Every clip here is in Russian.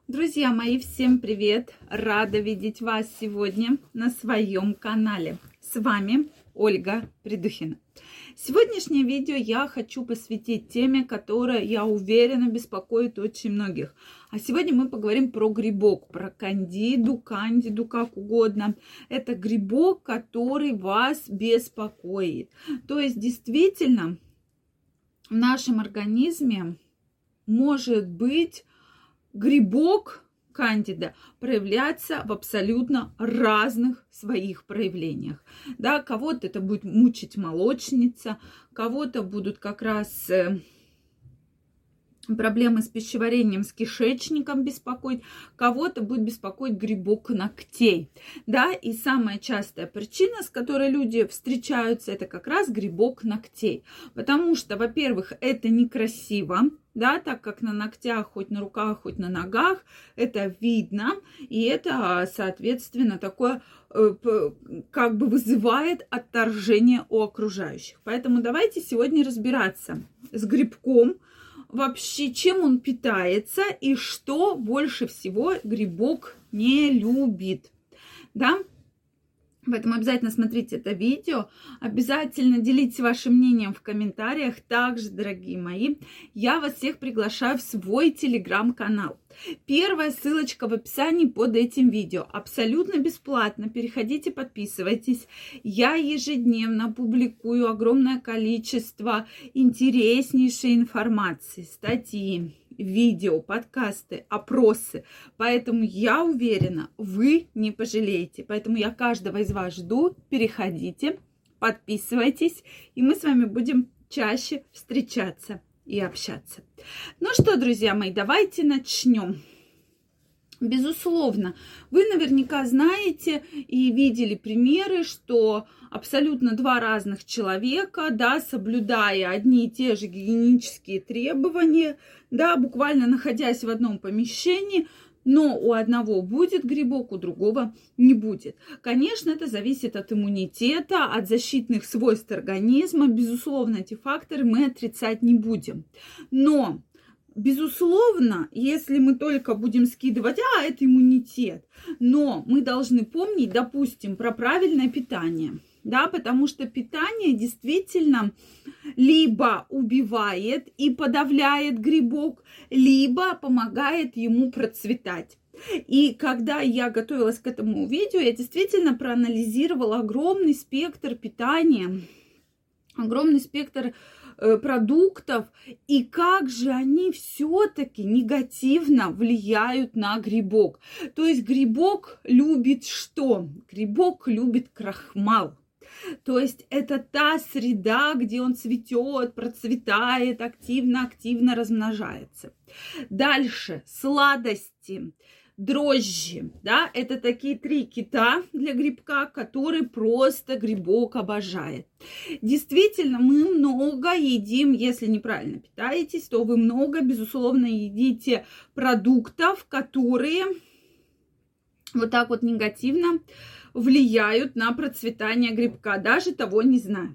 Друзья мои, всем привет! Рада видеть вас сегодня на своем канале. С вами Ольга Придухина. Сегодняшнее видео я хочу посвятить теме, которая, я уверена, беспокоит очень многих. А сегодня мы поговорим про грибок, про кандиду, как угодно. Это грибок, который вас беспокоит. То есть, действительно, в нашем организме может быть грибок кандида проявляться в абсолютно разных своих проявлениях. Да, кого-то это будет мучить молочница, кого-то будут как раз проблемы с пищеварением, с кишечником беспокоить, кого-то будет беспокоить грибок ногтей. Да, и самая частая причина, с которой люди встречаются, это как раз грибок ногтей. Потому что, во-первых, это некрасиво, да, так как на ногтях, хоть на руках, хоть на ногах, это видно, и это, соответственно, такое как бы вызывает отторжение у окружающих. Поэтому давайте сегодня разбираться с грибком, вообще, чем он питается и что больше всего грибок не любит, да? Поэтому обязательно смотрите это видео, обязательно делитесь вашим мнением в комментариях. Также, дорогие мои, я вас всех приглашаю в свой телеграм-канал. Первая ссылочка в описании под этим видео. Абсолютно бесплатно. Переходите, подписывайтесь. Я ежедневно публикую огромное количество интереснейшей информации, статьи, видео, подкасты, опросы. Поэтому я уверена, вы не пожалеете. Поэтому я каждого из вас жду. Переходите, подписывайтесь, и мы с вами будем чаще встречаться и общаться. Ну что, друзья мои, давайте начнем. Безусловно, вы наверняка знаете и видели примеры, что абсолютно два разных человека, да, соблюдая одни и те же гигиенические требования, да, буквально находясь в одном помещении, но у одного будет грибок, у другого не будет. Конечно, это зависит от иммунитета, от защитных свойств организма. Безусловно, эти факторы мы отрицать не будем. Но, безусловно, если мы только будем скидывать, это иммунитет, но мы должны помнить, допустим, про правильное питание. Да, потому что питание действительно либо убивает и подавляет грибок, либо помогает ему процветать. И когда я готовилась к этому видео, я действительно проанализировала огромный спектр питания, огромный спектр продуктов, и как же они все-таки негативно влияют на грибок. То есть грибок любит что? Грибок любит крахмал. То есть это та среда, где он цветет, процветает, активно размножается. Дальше сладости, дрожжи, да, это такие три кита для грибка, которые просто грибок обожает. Действительно, мы много едим, если неправильно питаетесь, то вы много, безусловно, едите продуктов, которые вот так вот негативно влияют на процветание грибка, даже того не зная.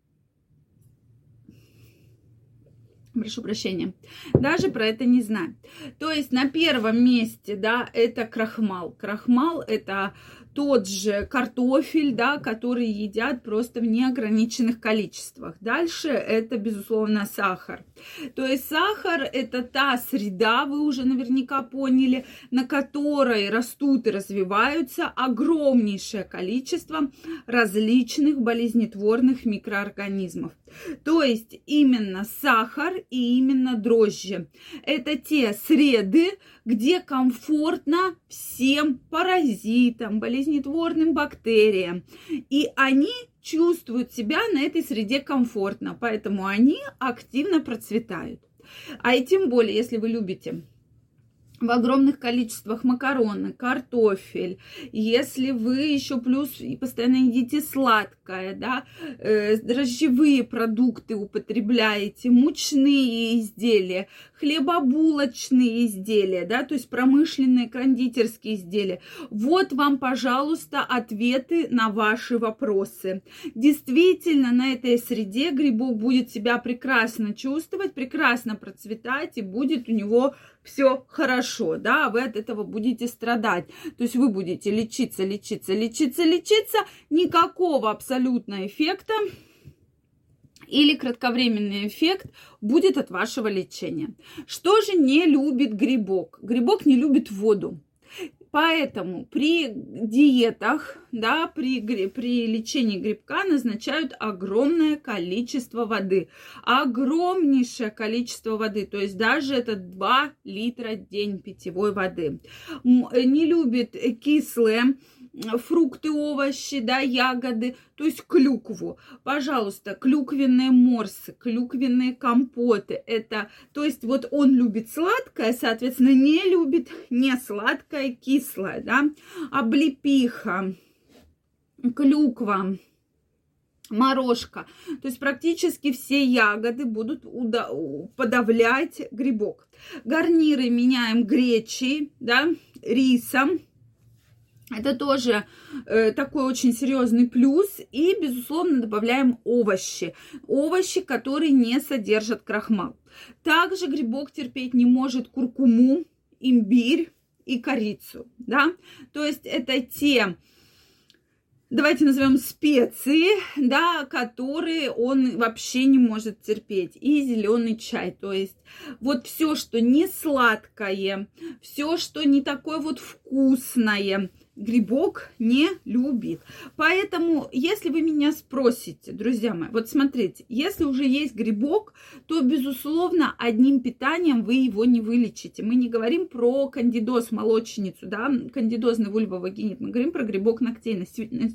Прошу прощения. Даже про это не знаю. То есть на первом месте, да, это крахмал. Крахмал – это тот же картофель, да, который едят просто в неограниченных количествах. Дальше это, безусловно, сахар. То есть сахар – это та среда, вы уже наверняка поняли, на которой растут и развиваются огромнейшее количество различных болезнетворных микроорганизмов. То есть именно сахар и именно дрожжи – это те среды, где комфортно всем паразитам, болезнетворным бактериям. И они чувствуют себя на этой среде комфортно, поэтому они активно процветают. А и тем более, если вы любите в огромных количествах макароны, картофель, если вы еще плюс и постоянно едите сладкое, да, дрожжевые продукты употребляете, мучные изделия, хлебобулочные изделия, да, то есть промышленные кондитерские изделия. Вот вам, пожалуйста, ответы на ваши вопросы. Действительно, на этой среде грибок будет себя прекрасно чувствовать, прекрасно процветать, и будет у него все хорошо, да, вы от этого будете страдать. То есть вы будете лечиться, никакого абсолютно эффекта или кратковременный эффект будет от вашего лечения. Что же не любит грибок? Грибок не любит воду. Поэтому при диетах, да, при лечении грибка назначают огромное количество воды. Огромнейшее количество воды. То есть даже это 2 литра в день питьевой воды. Не любит кислые фрукты, овощи, да, ягоды, то есть клюкву. Пожалуйста, клюквенные морсы, клюквенные компоты. Это, то есть вот он любит сладкое, соответственно, не любит не сладкое, кислое, да. Облепиха, клюква, морожка. То есть практически все ягоды будут подавлять грибок. Гарниры меняем гречей, да, рисом. Это тоже такой очень серьезный плюс. И, безусловно, добавляем овощи. Овощи, которые не содержат крахмал. Также грибок терпеть не может куркуму, имбирь и корицу. Да? То есть это те, давайте назовем, специи, да, которые он вообще не может терпеть. И зеленый чай. То есть вот все, что не сладкое, все, что не такое вот вкусное, грибок не любит. Поэтому, если вы меня спросите, друзья мои, вот смотрите, если уже есть грибок, то, безусловно, одним питанием вы его не вылечите. Мы не говорим про кандидоз, молочницу, да, кандидозный вульвовагинит, мы говорим про грибок ногтей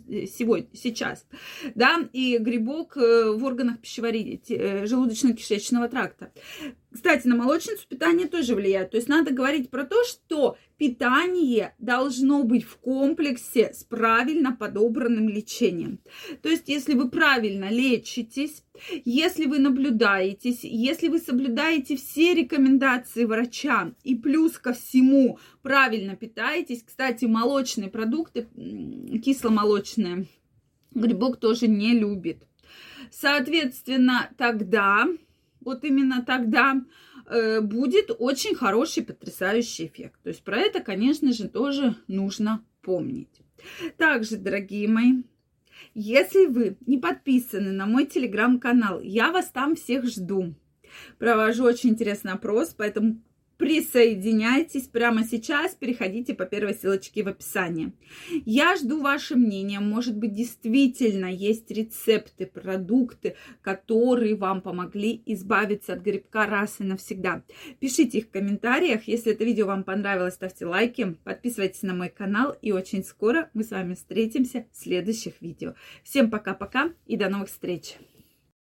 сейчас, да, и грибок в органах пищеварения, желудочно-кишечного тракта. Кстати, на молочницу питание тоже влияет. То есть надо говорить про то, что питание должно быть в комплексе с правильно подобранным лечением. То есть если вы правильно лечитесь, если вы наблюдаетесь, если вы соблюдаете все рекомендации врача и плюс ко всему правильно питаетесь, кстати, молочные продукты, кисломолочные, грибок тоже не любит. Соответственно, тогда... Вот именно тогда будет очень хороший, потрясающий эффект. То есть про это, конечно же, тоже нужно помнить. Также, дорогие мои, если вы не подписаны на мой телеграм-канал, я вас там всех жду. Провожу очень интересный опрос, поэтому присоединяйтесь прямо сейчас, переходите по первой ссылочке в описании. Я жду ваше мнение. Может быть, действительно есть рецепты, продукты, которые вам помогли избавиться от грибка раз и навсегда. Пишите их в комментариях. Если это видео вам понравилось, ставьте лайки, подписывайтесь на мой канал. И очень скоро мы с вами встретимся в следующих видео. Всем пока-пока и до новых встреч!